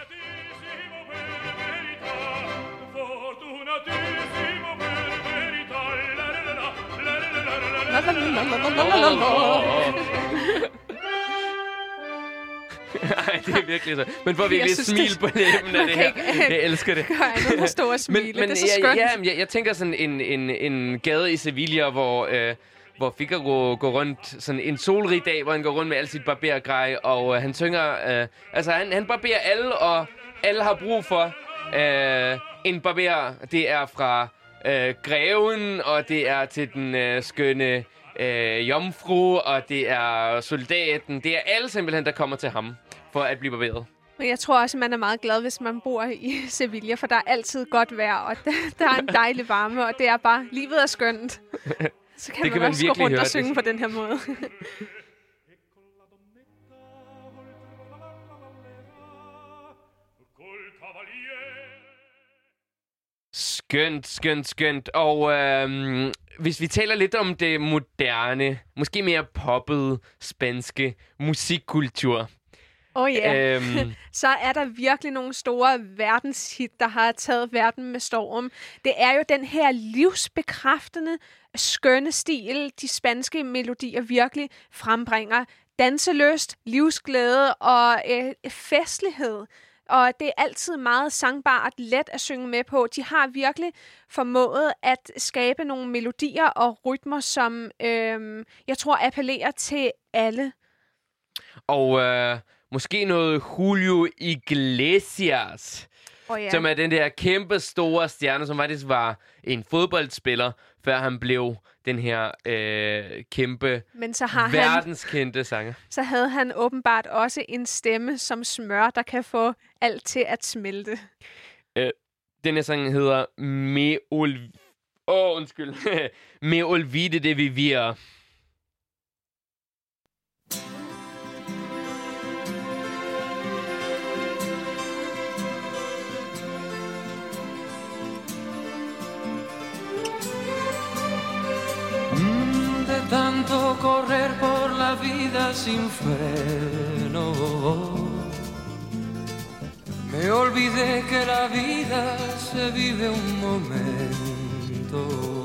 Speaker 2: Ej, det er virkelig så. Men får virkelig et smil på læben af det her. Jeg elsker det.
Speaker 1: Gør jeg nogle store smile. Det er så skønt.
Speaker 2: Jeg tænker sådan en gade i Sevilla, hvor Figaro går rundt, sådan en solrig dag, hvor han går rundt med al sit barbergrej, og han synger, han barberer alle, og alle har brug for en barber. Det er fra greven, og det er til den skønne jomfru, og det er soldaten. Det er alle simpelthen, der kommer til ham for at blive barberet.
Speaker 1: Men jeg tror også, at man er meget glad, hvis man bor i Sevilla, for der er altid godt vejr, og der er en dejlig varme, og det er bare, livet er skønt. Så kan man også gå rundt og synge på den her måde.
Speaker 2: Skønt. Og hvis vi taler lidt om det moderne, måske mere poppede, spanske musikkultur. Så
Speaker 1: er der virkelig nogle store verdenshit, der har taget verden med storm. Det er jo den her livsbekræftende, skønne stil, de spanske melodier virkelig frembringer. Danselyst, livsglæde og festlighed. Og det er altid meget sangbart, let at synge med på. De har virkelig formået at skabe nogle melodier og rytmer, som jeg tror appellerer til alle.
Speaker 2: Og måske noget Julio Iglesias, som er den der kæmpe store stjerne, som faktisk var en fodboldspiller, før han blev den her kæmpe, verdenskendte sanger.
Speaker 1: Så havde han åbenbart også en stemme som smør, der kan få alt til at smelte.
Speaker 2: Den her sang hedder Me olvide de vivir.
Speaker 5: Tanto correr por la vida sin freno, me olvidé que la vida se vive un momento.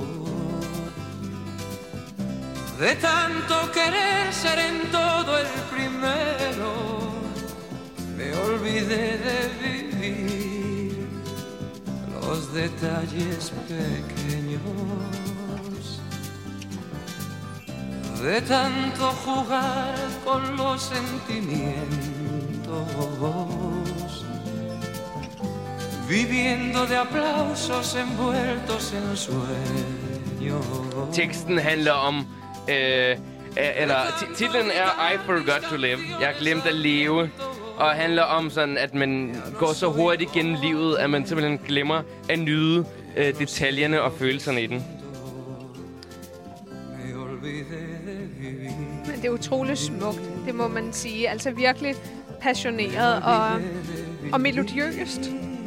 Speaker 5: De tanto querer ser en todo el primero, me olvidé de vivir los detalles pequeños. De tanto jugar con los sentimientos, viviendo de aplausos envueltos en sueños.
Speaker 2: Teksten handler om, titlen er I Forgot to Live. Jeg glemte at leve. Og handler om sådan, at man går så hurtigt gennem livet, at man simpelthen glemmer at nyde detaljerne og følelserne i den.
Speaker 1: Men det er utroligt smukt, det må man sige. Altså virkelig passioneret og melodiøst.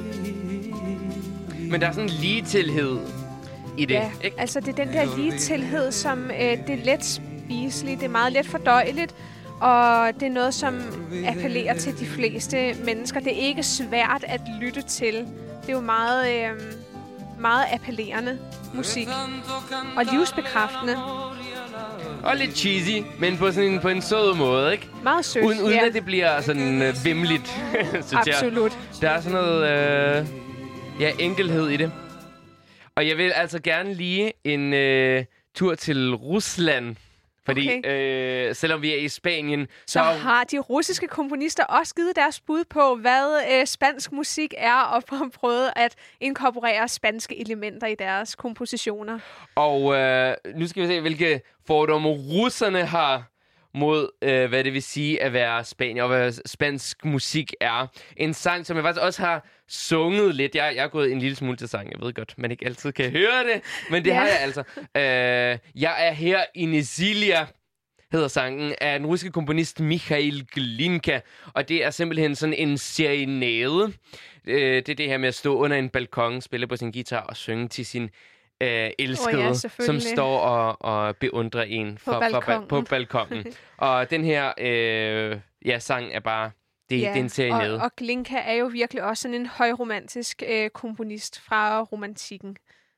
Speaker 2: Men der er sådan en ligetilhed i det,
Speaker 1: ja,
Speaker 2: ikke?
Speaker 1: Altså det er den der ligetilhed, som det er let spiseligt, det er meget let fordøjeligt, og det er noget, som appellerer til de fleste mennesker. Det er ikke svært at lytte til. Det er jo meget appellerende musik. Og livsbekræftende.
Speaker 2: Og lidt cheesy, men på en sød måde, ikke?
Speaker 1: Meget sødt,
Speaker 2: uden at det bliver sådan vimmeligt, synes
Speaker 1: absolut.
Speaker 2: Jeg. Der er sådan noget enkelhed i det. Og jeg vil altså gerne lige en tur til Rusland. Fordi selvom vi er i Spanien,
Speaker 1: så har de russiske komponister også givet deres bud på, hvad spansk musik er, og prøvet at inkorporere spanske elementer i deres kompositioner.
Speaker 2: Og nu skal vi se, hvilke fordomme russerne har mod, hvad det vil sige at være spanier, og hvad spansk musik er. En sang, som jeg faktisk også har sunget lidt. Jeg er gået en lille smule til sang. Jeg ved godt, man ikke altid kan høre det, men det har jeg altså. Jeg er her i Nesilia, hedder sangen, af den russiske komponist Mikhail Glinka. Og det er simpelthen sådan en serenade. Det er det her med at stå under en balkon, spille på sin guitar og synge til sin elskede, som står og beundrer en på balkongen. Og den her sang er bare, det er en serenade.
Speaker 1: Og Glinka er jo virkelig også sådan en højromantisk komponist fra romantikken.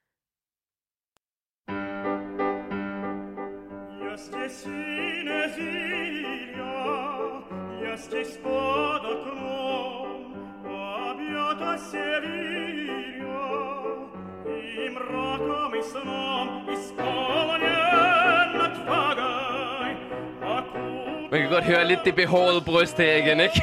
Speaker 2: Man kan godt høre lidt det behårede bryst her igen, ikke?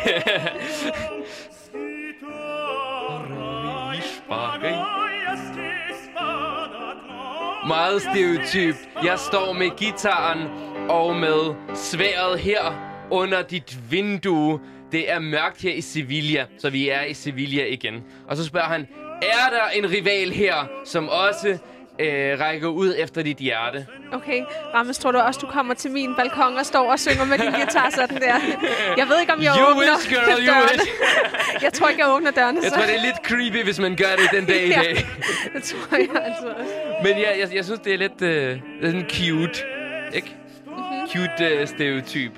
Speaker 2: Meget stereotypt. Jeg står med gitaren og med sværdet her under dit vindue. Det er mørkt her i Sevilla, så vi er i Sevilla igen. Og så spørger han, er der en rival her, som også rækker ud efter dit hjerte?
Speaker 1: Okay, Rammes, tror du også, du kommer til min balkon og står og synger med din guitar sådan der? Jeg ved ikke, om jeg åbner dørene. Jeg tror ikke, jeg åbner dørene.
Speaker 2: Jeg tror, det er lidt creepy, hvis man gør det den dag i dag.
Speaker 1: Det tror jeg altså også.
Speaker 2: Men jeg synes, det er lidt sådan cute, ikke? Cute stereotyp.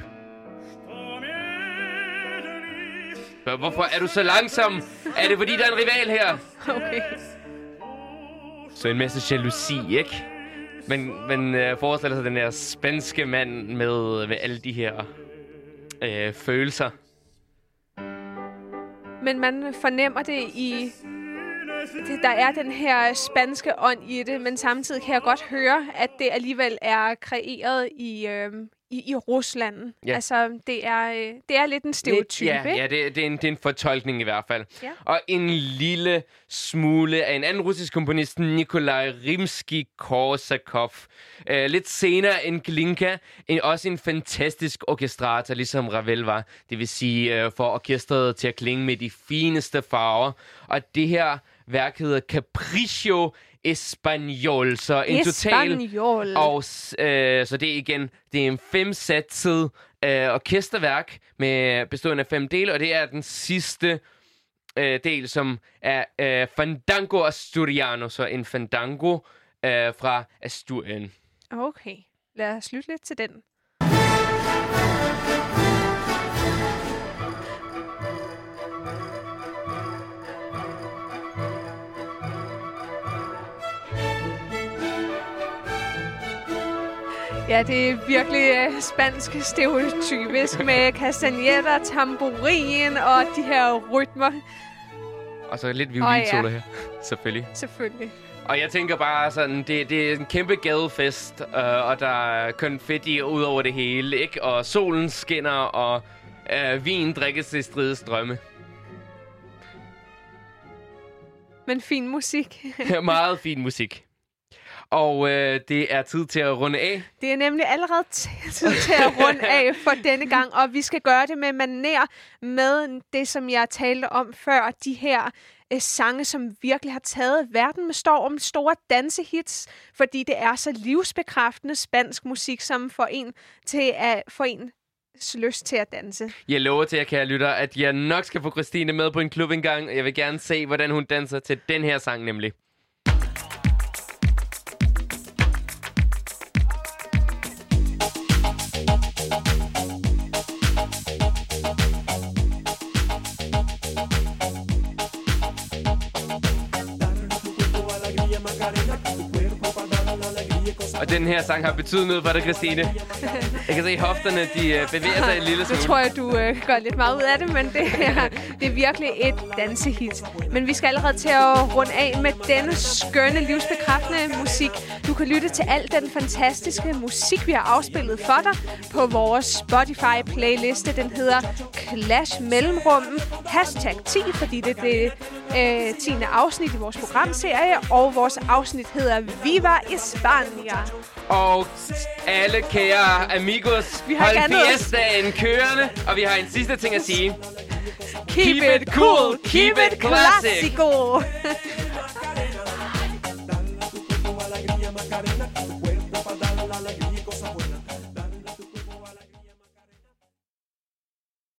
Speaker 2: Hvorfor er du så langsom? Er det, fordi der er en rival her?
Speaker 1: Okay.
Speaker 2: Så en masse jalousi, ikke? Men forestiller sig den der spanske mand med alle de her følelser.
Speaker 1: Men man fornemmer det i... Der er den her spanske ånd i det, men samtidig kan jeg godt høre, at det alligevel er kreeret i Rusland. Ja. Altså, det er lidt en stereotype, ikke?
Speaker 2: Ja, det er en fortolkning i hvert fald.
Speaker 1: Ja.
Speaker 2: Og en lille smule af en anden russisk komponist, Nikolaj Rimsky-Korsakov. Lidt senere end Glinka, også en fantastisk orkestrator, ligesom Ravel var. Det vil sige, for orkestret til at klinge med de fineste farver. Og det her værk hedder Capriccio Español, så en total... Og så det er igen, det er en 5-satset orkesterværk bestående af 5 dele, og det er den sidste del, som er Fandango Asturiano, så en fandango fra Asturien.
Speaker 1: Okay, lad os lytte lidt til den. Ja, det er virkelig spansk stereotypisk med kastanjetter, tamburin og de her rytmer.
Speaker 2: Og så lidt violinsolo her,
Speaker 1: Selvfølgelig.
Speaker 2: Og jeg tænker bare sådan, det er en kæmpe gadefest, og der er konfetti ud over det hele, ikke? Og solen skinner, og vin drikkes til stridestrømme.
Speaker 1: Men fin musik.
Speaker 2: Meget fin musik. Og det er tid til at runde af.
Speaker 1: Det er nemlig allerede tid til at runde af for denne gang, og vi skal gøre det med manér med det, som jeg talte om før. De her sange, som virkelig har taget verden med storm, store dansehits, fordi det er så livsbekræftende spansk musik, som får en til at få en lyst til at danse.
Speaker 2: Jeg lover til jer, kære lytter, at jeg nok skal få Christine med på en klub engang, og jeg vil gerne se, hvordan hun danser til den her sang nemlig. Og at den her sang har betydet noget for dig, Christine. Jeg kan se hofterne, de bevæger sig en lille smule.
Speaker 1: Så tror jeg, du gør lidt meget ud af det, men det er virkelig et dansehit. Men vi skal allerede til at runde af med denne skønne, livsbekræftende musik. Du kan lytte til al den fantastiske musik, vi har afspillet for dig på vores Spotify-playliste. Den hedder Clash Mellemrummen. #10, fordi det er det 10. afsnit i vores programserie. Og vores afsnit hedder Viva España.
Speaker 2: Og alle kære amigos, hold fiestaen kørende. Og vi har en sidste ting at sige.
Speaker 1: Keep it cool, keep it classico.